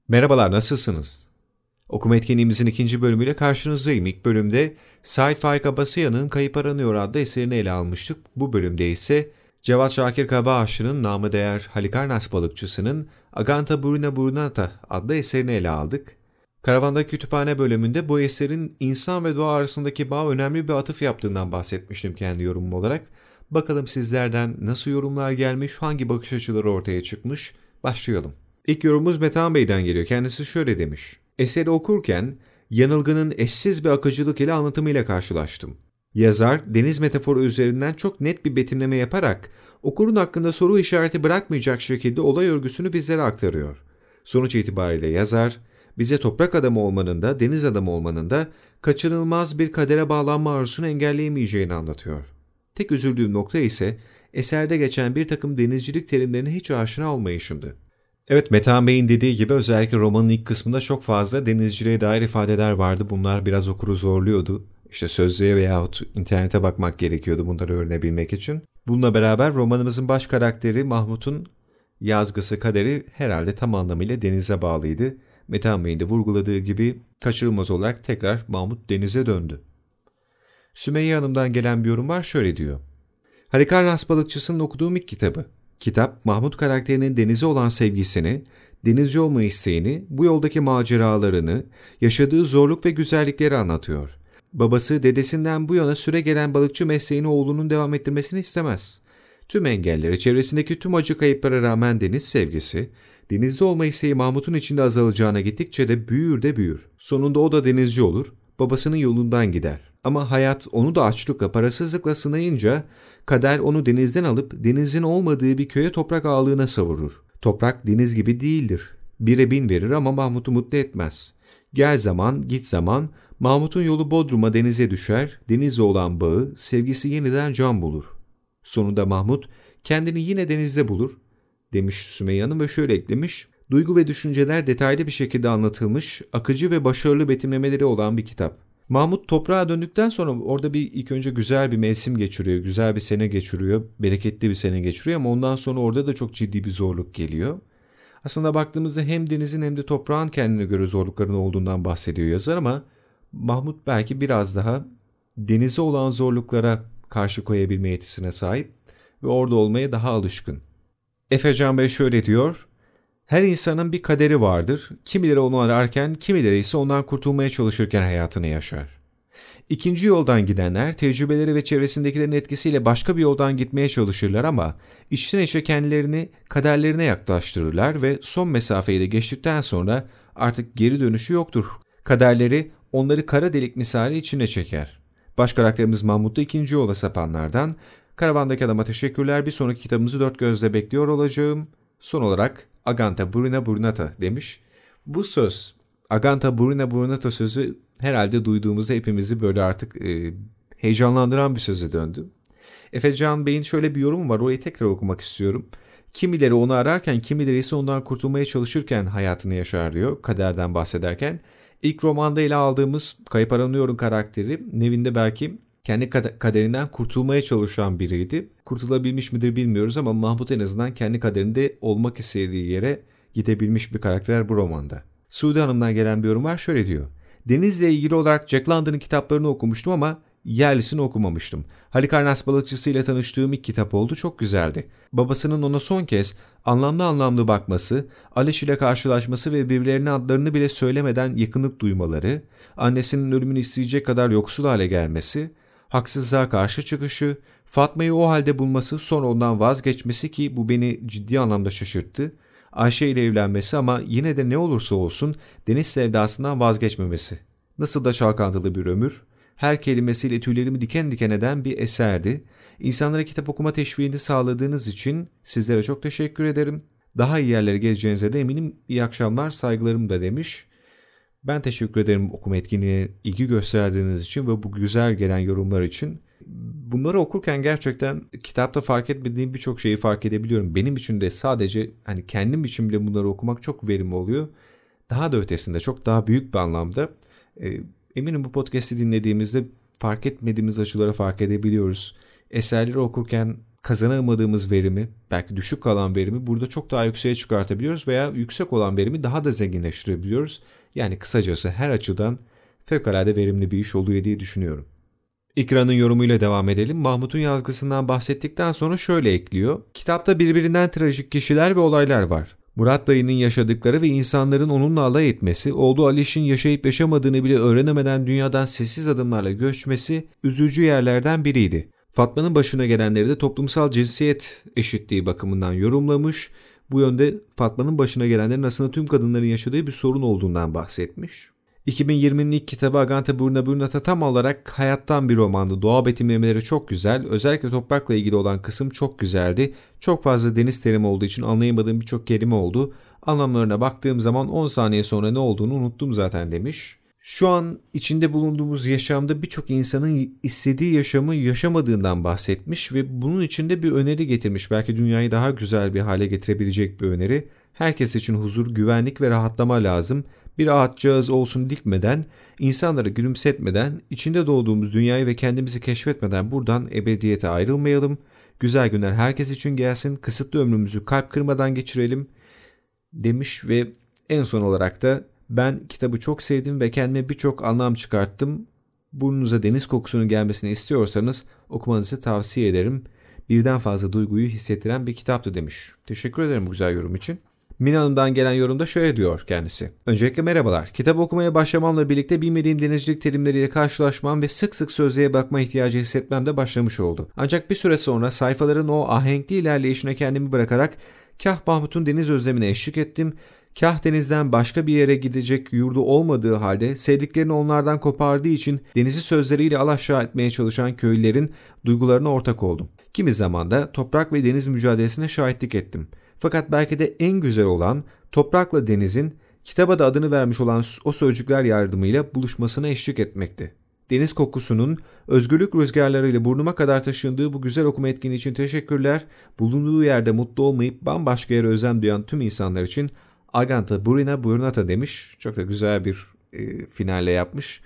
Merhabalar, nasılsınız? Okuma etkinliğimizin ikinci bölümüyle karşınızdayım. İlk bölümde Said Faik Abbasıyan'ın Kayıp Aranıyor adlı eserini ele almıştık. Bu bölümde ise Cevat Şakir Kabaağaçlı'nın namı değer Halikarnas balıkçısının Aganta Burina Burnata adlı eserini ele aldık. Karavanda Kütüphane bölümünde bu eserin insan ve doğa arasındaki bağ önemli bir atıf yaptığından bahsetmiştim kendi yorumum olarak. Bakalım sizlerden nasıl yorumlar gelmiş, hangi bakış açıları ortaya çıkmış? Başlayalım. İlk yorumumuz Metehan Bey'den geliyor. Kendisi şöyle demiş. Eseri okurken yanılgının eşsiz bir akıcılık ile anlatımıyla karşılaştım. Yazar deniz metaforu üzerinden çok net bir betimleme yaparak okurun hakkında soru işareti bırakmayacak şekilde olay örgüsünü bizlere aktarıyor. Sonuç itibariyle yazar bize toprak adamı olmanın da deniz adamı olmanın da kaçınılmaz bir kadere bağlanma arzusunu engelleyemeyeceğini anlatıyor. Tek üzüldüğüm nokta ise eserde geçen bir takım denizcilik terimlerine hiç aşina olmayışımdı. Evet, Metehan Bey'in dediği gibi özellikle romanın ilk kısmında çok fazla denizciliğe dair ifadeler vardı. Bunlar biraz okuru zorluyordu. İşte sözlüğe veyahut internete bakmak gerekiyordu bunları öğrenebilmek için. Bununla beraber romanımızın baş karakteri Mahmut'un yazgısı, kaderi herhalde tam anlamıyla denize bağlıydı. Metehan Bey'in de vurguladığı gibi kaçırılmaz olarak tekrar Mahmut denize döndü. Sümeyye Hanım'dan gelen bir yorum var, şöyle diyor. Halikarnas balıkçısının okuduğum ilk kitabı. Kitap, Mahmut karakterinin denize olan sevgisini, denizci olma isteğini, bu yoldaki maceralarını, yaşadığı zorluk ve güzellikleri anlatıyor. Babası dedesinden bu yana süregelen balıkçı mesleğini oğlunun devam ettirmesini istemez. Tüm engelleri, çevresindeki tüm acı kayıplara rağmen deniz sevgisi, denizde olma isteği Mahmut'un içinde azalacağına gittikçe de büyür de büyür. Sonunda o da denizci olur, babasının yolundan gider. Ama hayat onu da açlıkla, parasızlıkla sınayınca kader onu denizden alıp denizin olmadığı bir köye toprak ağalığına savurur. Toprak deniz gibi değildir. Bire bin verir ama Mahmut'u mutlu etmez. Gel zaman, git zaman, Mahmut'un yolu Bodrum'a denize düşer, denizle olan bağı, sevgisi yeniden can bulur. Sonunda Mahmut kendini yine denizde bulur, demiş Sümeyye Hanım ve şöyle eklemiş. Duygu ve düşünceler detaylı bir şekilde anlatılmış, akıcı ve başarılı betimlemeleri olan bir kitap. Mahmut toprağa döndükten sonra orada ilk önce güzel bir mevsim geçiriyor, güzel bir sene geçiriyor, bereketli bir sene geçiriyor ama ondan sonra orada da çok ciddi bir zorluk geliyor. Aslında baktığımızda hem denizin hem de toprağın kendine göre zorlukların olduğundan bahsediyor yazar ama Mahmut belki biraz daha denize olan zorluklara karşı koyabilme yetisine sahip ve orada olmaya daha alışkın. Efecan Bey şöyle diyor. Her insanın bir kaderi vardır. Kimileri onu ararken, kimileri ise ondan kurtulmaya çalışırken hayatını yaşar. İkinci yoldan gidenler tecrübeleri ve çevresindekilerin etkisiyle başka bir yoldan gitmeye çalışırlar ama içten içe kendilerini kaderlerine yaklaştırırlar ve son mesafeyi de geçtikten sonra artık geri dönüşü yoktur. Kaderleri onları kara delik misali içine çeker. Baş karakterimiz Mahmut da ikinci yola sapanlardan. Karavandaki adama teşekkürler. Bir sonraki kitabımızı dört gözle bekliyor olacağım. Son olarak Aganta Burina Burnata demiş. Bu söz, Aganta Burina Burnata sözü herhalde duyduğumuzda hepimizi böyle artık heyecanlandıran bir söze döndü. Efecan Bey'in şöyle bir yorumu var, orayı tekrar okumak istiyorum. Kimileri onu ararken, kimileri ise ondan kurtulmaya çalışırken hayatını yaşar diyor, kaderden bahsederken. İlk romanda ele aldığımız Kayıp Aranıyor'un karakteri Nevin'de belki kendi kaderinden kurtulmaya çalışan biriydi. Kurtulabilmiş midir bilmiyoruz ama Mahmut en azından kendi kaderinde olmak istediği yere gidebilmiş bir karakter bu romanda. Suudi Hanım'dan gelen bir yorum var, şöyle diyor. Denizle ilgili olarak Jack London'ın kitaplarını okumuştum ama yerlisini okumamıştım. Halikarnas balıkçısı ile tanıştığım ilk kitap oldu, çok güzeldi. Babasının ona son kez anlamlı bakması, Aleş ile karşılaşması ve birbirlerinin adlarını bile söylemeden yakınlık duymaları, annesinin ölümünü isteyecek kadar yoksul hale gelmesi, haksızlığa karşı çıkışı, Fatma'yı o halde bulması, sonra ondan vazgeçmesi ki bu beni ciddi anlamda şaşırttı, Ayşe ile evlenmesi ama yine de ne olursa olsun deniz sevdasından vazgeçmemesi. Nasıl da çalkantılı bir ömür, her kelimesiyle tüylerimi diken diken eden bir eserdi. İnsanlara kitap okuma teşviğini sağladığınız için sizlere çok teşekkür ederim. Daha iyi yerlere geleceğinize de eminim. İyi akşamlar, saygılarım da demiş. Ben teşekkür ederim okuma etkinliğine ilgi gösterdiğiniz için ve bu güzel gelen yorumlar için. Bunları okurken gerçekten kitapta fark etmediğim birçok şeyi fark edebiliyorum. Benim için de sadece kendim için bile bunları okumak çok verimli oluyor. Daha da ötesinde, çok daha büyük bir anlamda. Eminim bu podcast'i dinlediğimizde fark etmediğimiz açıları fark edebiliyoruz. Eserleri okurken kazanamadığımız verimi, belki düşük kalan verimi burada çok daha yükseğe çıkartabiliyoruz veya yüksek olan verimi daha da zenginleştirebiliyoruz. Yani kısacası her açıdan fevkalade verimli bir iş oluyor diye düşünüyorum. İkra'nın yorumuyla devam edelim. Mahmut'un yazgısından bahsettikten sonra şöyle ekliyor. Kitapta birbirinden trajik kişiler ve olaylar var. Murat dayının yaşadıkları ve insanların onunla alay etmesi, oğlu Aliş'in yaşayıp yaşamadığını bile öğrenemeden dünyadan sessiz adımlarla göçmesi üzücü yerlerden biriydi. Fatma'nın başına gelenleri de toplumsal cinsiyet eşitliği bakımından yorumlamış. Bu yönde Fatma'nın başına gelenlerin aslında tüm kadınların yaşadığı bir sorun olduğundan bahsetmiş. 2020'nin ilk kitabı Agante Burna Burnata tam olarak hayattan bir romandı. Doğa betimlemeleri çok güzel. Özellikle toprakla ilgili olan kısım çok güzeldi. Çok fazla deniz terimi olduğu için anlayamadığım birçok kelime oldu. Anlamlarına baktığım zaman 10 saniye sonra ne olduğunu unuttum zaten demiş. Şu an içinde bulunduğumuz yaşamda birçok insanın istediği yaşamı yaşamadığından bahsetmiş ve bunun içinde bir öneri getirmiş. Belki dünyayı daha güzel bir hale getirebilecek bir öneri. Herkes için huzur, güvenlik ve rahatlama lazım. Bir ağaçcağız olsun dikmeden, insanları gülümsetmeden, içinde doğduğumuz dünyayı ve kendimizi keşfetmeden buradan ebediyete ayrılmayalım. Güzel günler herkes için gelsin, kısıtlı ömrümüzü kalp kırmadan geçirelim demiş ve en son olarak da ben kitabı çok sevdim ve kendime birçok anlam çıkarttım. Burnunuza deniz kokusunun gelmesini istiyorsanız okumanızı tavsiye ederim. Birden fazla duyguyu hissettiren bir kitaptı demiş. Teşekkür ederim bu güzel yorum için. Mina Hanım'dan gelen yorumda şöyle diyor kendisi. Öncelikle merhabalar. Kitap okumaya başlamamla birlikte bilmediğim denizcilik terimleriyle karşılaşmam ve sık sık sözlüğe bakma ihtiyacı hissetmem de başlamış oldu. Ancak bir süre sonra sayfaların o ahenkli ilerleyişine kendimi bırakarak kah Mahmut'un deniz özlemine eşlik ettim, kah denizden başka bir yere gidecek yurdu olmadığı halde sevdiklerini onlardan kopardığı için denizi sözleriyle alaşağı etmeye çalışan köylülerin duygularına ortak oldum. Kimi zaman da toprak ve deniz mücadelesine şahitlik ettim. Fakat belki de en güzel olan toprakla denizin kitaba da adını vermiş olan o sözcükler yardımıyla buluşmasına eşlik etmekti. Deniz kokusunun özgürlük rüzgarlarıyla burnuma kadar taşındığı bu güzel okuma etkinliği için teşekkürler. Bulunduğu yerde mutlu olmayıp bambaşka yere özlem duyan tüm insanlar için Agante Burna Burnata demiş. Çok da güzel bir finalle yapmış.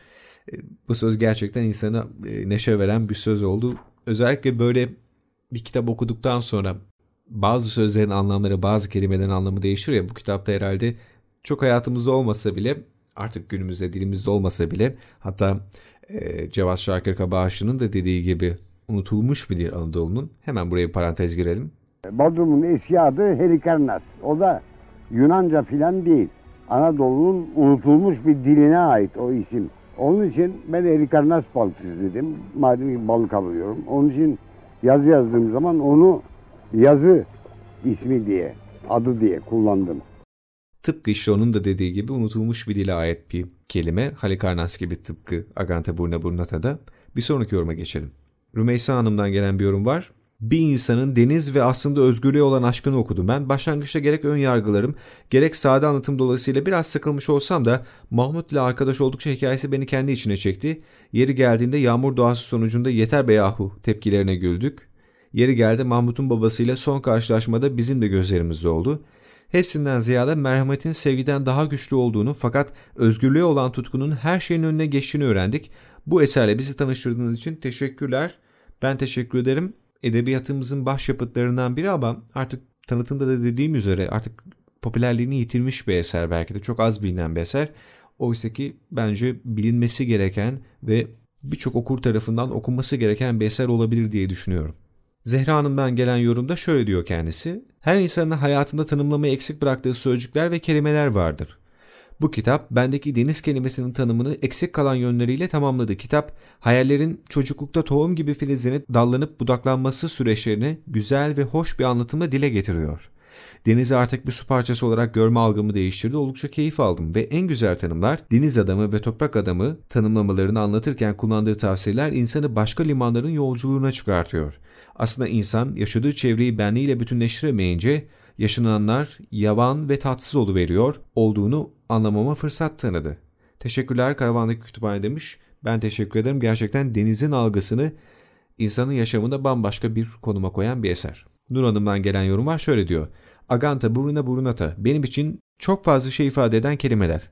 Bu söz gerçekten insana neşe veren bir söz oldu. Özellikle böyle bir kitap okuduktan sonra bazı sözlerin anlamları, bazı kelimelerin anlamı değişir ya, bu kitapta herhalde çok hayatımızda olmasa bile, artık günümüzde dilimizde olmasa bile, hatta Cevat Şakir Kabaşı'nın da dediği gibi unutulmuş bir dil Anadolu'nun. Hemen buraya bir parantez girelim. Bodrum'un eski adı Helikarnas. O da Yunanca filan değil. Anadolu'nun unutulmuş bir diline ait o isim. Onun için ben Helikarnas balıkçısı dedim. Madem ki balık alıyorum. Onun için yazı yazdığım zaman onu yazı ismi diye, adı diye kullandım. Tıpkı işte onun da dediği gibi unutulmuş bir dile ait bir kelime. Halikarnas gibi tıpkı Agante Burna Burnata'da. Bir sonraki yoruma geçelim. Rümeysa Hanım'dan gelen bir yorum var. Bir insanın deniz ve aslında özgürlüğe olan aşkını okudum ben. Başlangıçta gerek ön yargılarım, gerek sade anlatım dolayısıyla biraz sıkılmış olsam da Mahmut ile arkadaş oldukça hikayesi beni kendi içine çekti. Yeri geldiğinde yağmur doğası sonucunda yeter be yahu tepkilerine güldük. Yeri geldi Mahmut'un babasıyla son karşılaşmada bizim de gözlerimizde oldu. Hepsinden ziyade merhametin sevgiden daha güçlü olduğunu fakat özgürlüğe olan tutkunun her şeyin önüne geçtiğini öğrendik. Bu eserle bizi tanıştırdığınız için teşekkürler. Ben teşekkür ederim. Edebiyatımızın başyapıtlarından biri ama artık tanıtımda da dediğim üzere artık popülerliğini yitirmiş bir eser, belki de çok az bilinen bir eser. Oysa ki bence bilinmesi gereken ve birçok okur tarafından okunması gereken bir eser olabilir diye düşünüyorum. Zehra Hanım'dan gelen yorumda şöyle diyor kendisi. Her insanın hayatında tanımlamayı eksik bıraktığı sözcükler ve kelimeler vardır. Bu kitap bendeki deniz kelimesinin tanımını eksik kalan yönleriyle tamamladı. Kitap hayallerin çocuklukta tohum gibi filizlenip dallanıp budaklanması süreçlerini güzel ve hoş bir anlatımla dile getiriyor. Denizi artık bir su parçası olarak görme algımı değiştirdi. Oldukça keyif aldım ve en güzel tanımlar deniz adamı ve toprak adamı tanımlamalarını anlatırken kullandığı tavsiyeler insanı başka limanların yolculuğuna çıkartıyor. Aslında insan yaşadığı çevreyi benliğiyle bütünleştiremeyince yaşananlar yavan ve tatsız olduğunu anlamama fırsat tanıdı. Teşekkürler Karavandaki Kütüphane demiş. Ben teşekkür ederim. Gerçekten denizin algısını insanın yaşamında bambaşka bir konuma koyan bir eser. Nur Hanım'dan gelen yorum var. Şöyle diyor. Agante Burna Burnata benim için çok fazla şey ifade eden kelimeler.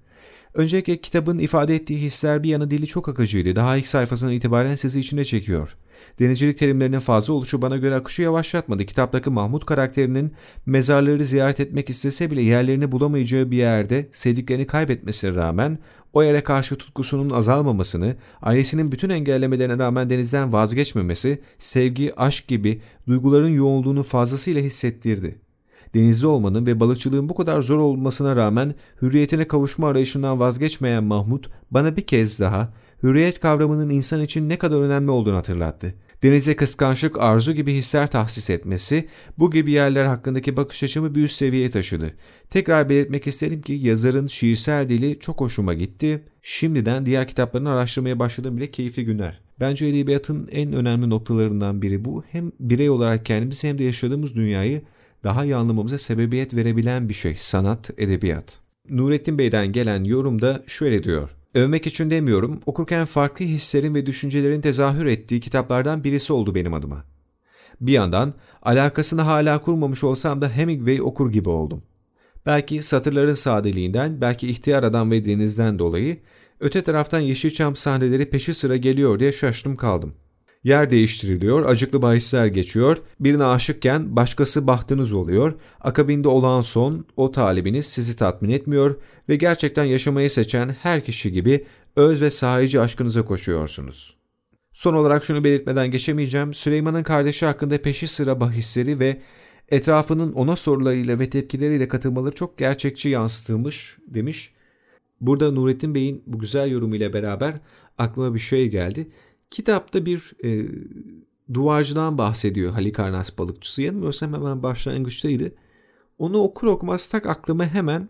Öncelikle kitabın ifade ettiği hisler bir yana dili çok akıcıydı. Daha ilk sayfasından itibaren sizi içine çekiyor. Denizcilik terimlerinin fazla oluşu bana göre akışı yavaşlatmadı. Kitaptaki Mahmut karakterinin mezarları ziyaret etmek istese bile yerlerini bulamayacağı bir yerde sevdiklerini kaybetmesine rağmen o yere karşı tutkusunun azalmamasını, ailesinin bütün engellemelerine rağmen denizden vazgeçmemesi, sevgi, aşk gibi duyguların yoğunluğunu fazlasıyla hissettirdi. Denizde olmanın ve balıkçılığın bu kadar zor olmasına rağmen hürriyetine kavuşma arayışından vazgeçmeyen Mahmut bana bir kez daha hürriyet kavramının insan için ne kadar önemli olduğunu hatırlattı. Denize kıskançlık, arzu gibi hisler tahsis etmesi, bu gibi yerler hakkındaki bakış açımı bir üst seviyeye taşıdı. Tekrar belirtmek isterim ki yazarın şiirsel dili çok hoşuma gitti. Şimdiden diğer kitaplarını araştırmaya başladığım bile keyifli günler. Bence edebiyatın en önemli noktalarından biri bu. Hem birey olarak kendimizi hem de yaşadığımız dünyayı daha iyi anlamamıza sebebiyet verebilen bir şey. Sanat, edebiyat. Nurettin Bey'den gelen yorumda şöyle diyor. Övmek için demiyorum, okurken farklı hislerin ve düşüncelerin tezahür ettiği kitaplardan birisi oldu benim adıma. Bir yandan alakasını hala kurmamış olsam da Hemingway okur gibi oldum. Belki satırların sadeliğinden, belki ihtiyar adam ve denizden dolayı, öte taraftan Yeşilçam sahneleri peşi sıra geliyor diye şaştım kaldım. Yer değiştiriliyor, acıklı bahisler geçiyor, birine aşıkken başkası bahtınız oluyor, akabinde olağan son, o talibiniz sizi tatmin etmiyor ve gerçekten yaşamayı seçen her kişi gibi öz ve sahici aşkınıza koşuyorsunuz. Son olarak şunu belirtmeden geçemeyeceğim, Süleyman'ın kardeşi hakkında peşi sıra bahisleri ve etrafının ona sorularıyla ve tepkileriyle katılmaları çok gerçekçi yansıtılmış demiş. Burada Nurettin Bey'in bu güzel yorumuyla beraber aklıma bir şey geldi. Kitapta bir duvarcıdan bahsediyor Halikarnas balıkçısı. Yanılmıyorsam hemen başlangıçtaydı. Onu okur okumaz tak aklıma hemen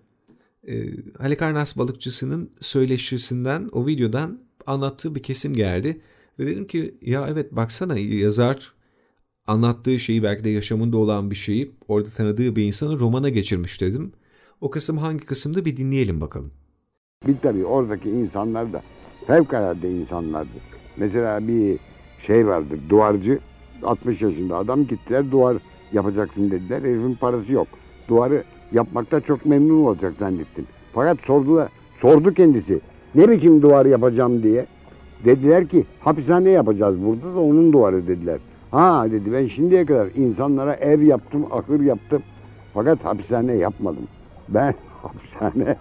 Halikarnas balıkçısının söyleşisinden, o videodan anlattığı bir kesim geldi. Ve dedim ki ya evet baksana yazar anlattığı şeyi belki de yaşamında olan bir şeyi orada tanıdığı bir insanı romana geçirmiş dedim. O kısım hangi kısımda bir dinleyelim bakalım. Bir tabii oradaki insanlar da fevkalade insanlardı. Mesela bir şey vardı, duvarcı, 60 yaşında adam, gittiler duvar yapacaksın dediler. Herifin parası yok. Duvarı yapmakta çok memnun olacak zannettim. Fakat sordu kendisi. Ne biçim duvar yapacağım diye. Dediler ki hapishane yapacağız burada da onun duvarı dediler. Ha dedi, ben şimdiye kadar insanlara ev yaptım, ahır yaptım. Fakat hapishane yapmadım. Ben hapishane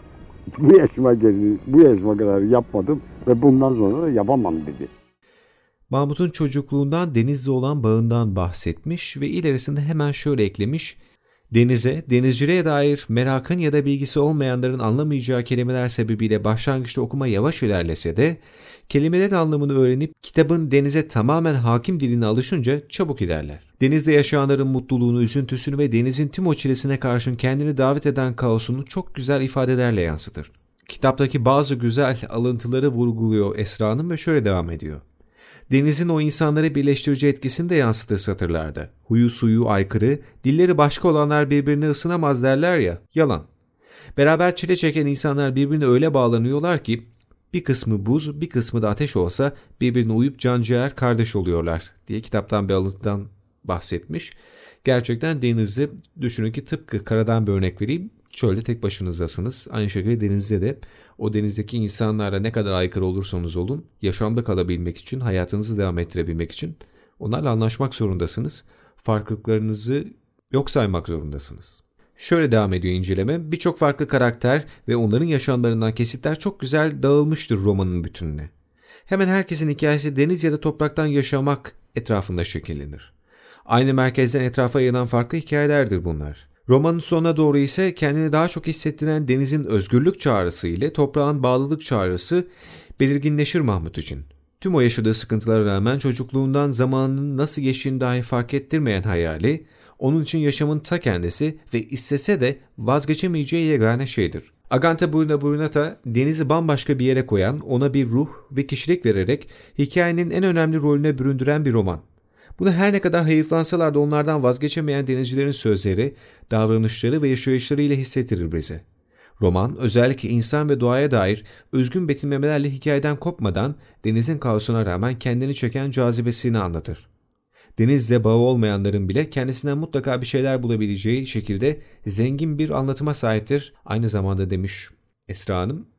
bu yaşıma kadar yapmadım ve bundan sonra da yapamam dedi. Mahmut'un çocukluğundan denizle olan bağından bahsetmiş ve ilerisinde hemen şöyle eklemiş. Denize, denizciliğe dair merakın ya da bilgisi olmayanların anlamayacağı kelimeler sebebiyle başlangıçta okuma yavaş ilerlese de kelimelerin anlamını öğrenip kitabın denize tamamen hakim diline alışınca çabuk ilerler. Denizde yaşayanların mutluluğunu, üzüntüsünü ve denizin tüm o çilesine karşın kendini davet eden kaosunu çok güzel ifadelerle yansıtır. Kitaptaki bazı güzel alıntıları vurguluyor Esra Hanım ve şöyle devam ediyor. Denizin o insanları birleştirici etkisini de yansıtır satırlarda. Huyu suyu aykırı, dilleri başka olanlar birbirine ısınamaz derler ya, yalan. Beraber çile çeken insanlar birbirine öyle bağlanıyorlar ki bir kısmı buz, bir kısmı da ateş olsa birbirine uyup canciğer kardeş oluyorlar diye kitaptan bir alıntıdan bahsetmiş. Gerçekten denizde düşünün ki tıpkı karadan bir örnek vereyim. Çölde tek başınızdasınız. Aynı şekilde denizde de o denizdeki insanlarla ne kadar aykırı olursanız olun yaşamda kalabilmek için, hayatınızı devam ettirebilmek için onlarla anlaşmak zorundasınız. Farklılıklarınızı yok saymak zorundasınız. Şöyle devam ediyor inceleme. Birçok farklı karakter ve onların yaşamlarından kesitler çok güzel dağılmıştır romanın bütününe. Hemen herkesin hikayesi deniz ya da topraktan yaşamak etrafında şekillenir. Aynı merkezden etrafa yayılan farklı hikayelerdir bunlar. Romanın sonuna doğru ise kendini daha çok hissettiren denizin özgürlük çağrısı ile toprağın bağlılık çağrısı belirginleşir Mahmut için. Tüm o yaşadığı sıkıntılara rağmen çocukluğundan zamanının nasıl geçtiğini dahi fark ettirmeyen hayali, onun için yaşamın ta kendisi ve istese de vazgeçemeyeceği yegane şeydir. Agante Brunata denizi bambaşka bir yere koyan, ona bir ruh ve kişilik vererek hikayenin en önemli rolüne büründüren bir roman. Bunu her ne kadar hayıflansalar da onlardan vazgeçemeyen denizcilerin sözleri, davranışları ve yaşayışlarıyla hissettirir bize. Roman özellikle insan ve doğaya dair özgün betimlemelerle hikayeden kopmadan denizin kaosuna rağmen kendini çeken cazibesini anlatır. Denizle bağı olmayanların bile kendisinden mutlaka bir şeyler bulabileceği şekilde zengin bir anlatıma sahiptir. Aynı zamanda demiş Esra Hanım,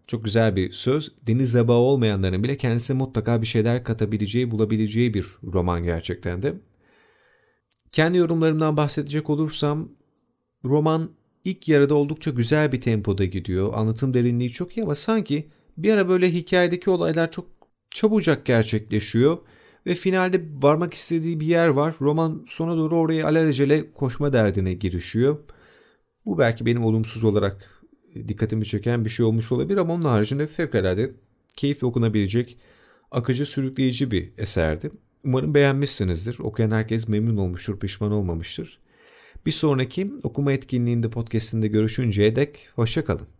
Çok güzel bir söz. Denizle bağı olmayanların bile kendisine mutlaka bir şeyler katabileceği, bulabileceği bir roman gerçekten de. Kendi yorumlarımdan bahsedecek olursam, roman ilk yarıda oldukça güzel bir tempoda gidiyor. Anlatım derinliği çok iyi ama sanki bir ara böyle hikayedeki olaylar çok çabucak gerçekleşiyor. Ve finalde varmak istediği bir yer var. Roman sona doğru oraya alelacele koşma derdine girişiyor. Bu belki benim olumsuz olarak dikkatimi çeken bir şey olmuş olabilir ama onun haricinde fevkalade keyifle okunabilecek, akıcı, sürükleyici bir eserdi. Umarım beğenmişsinizdir. Okuyan herkes memnun olmuştur, pişman olmamıştır. Bir sonraki okuma etkinliğinde podcastinde görüşünceye dek hoşça kalın.